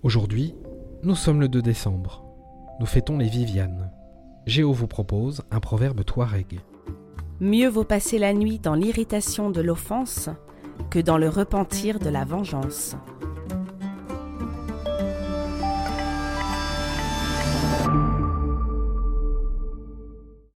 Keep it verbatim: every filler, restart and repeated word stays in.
Aujourd'hui, nous sommes le deux décembre. Nous fêtons les Vivianes. Géo vous propose un proverbe touareg. Mieux vaut passer la nuit dans l'irritation de l'offense que dans le repentir de la vengeance.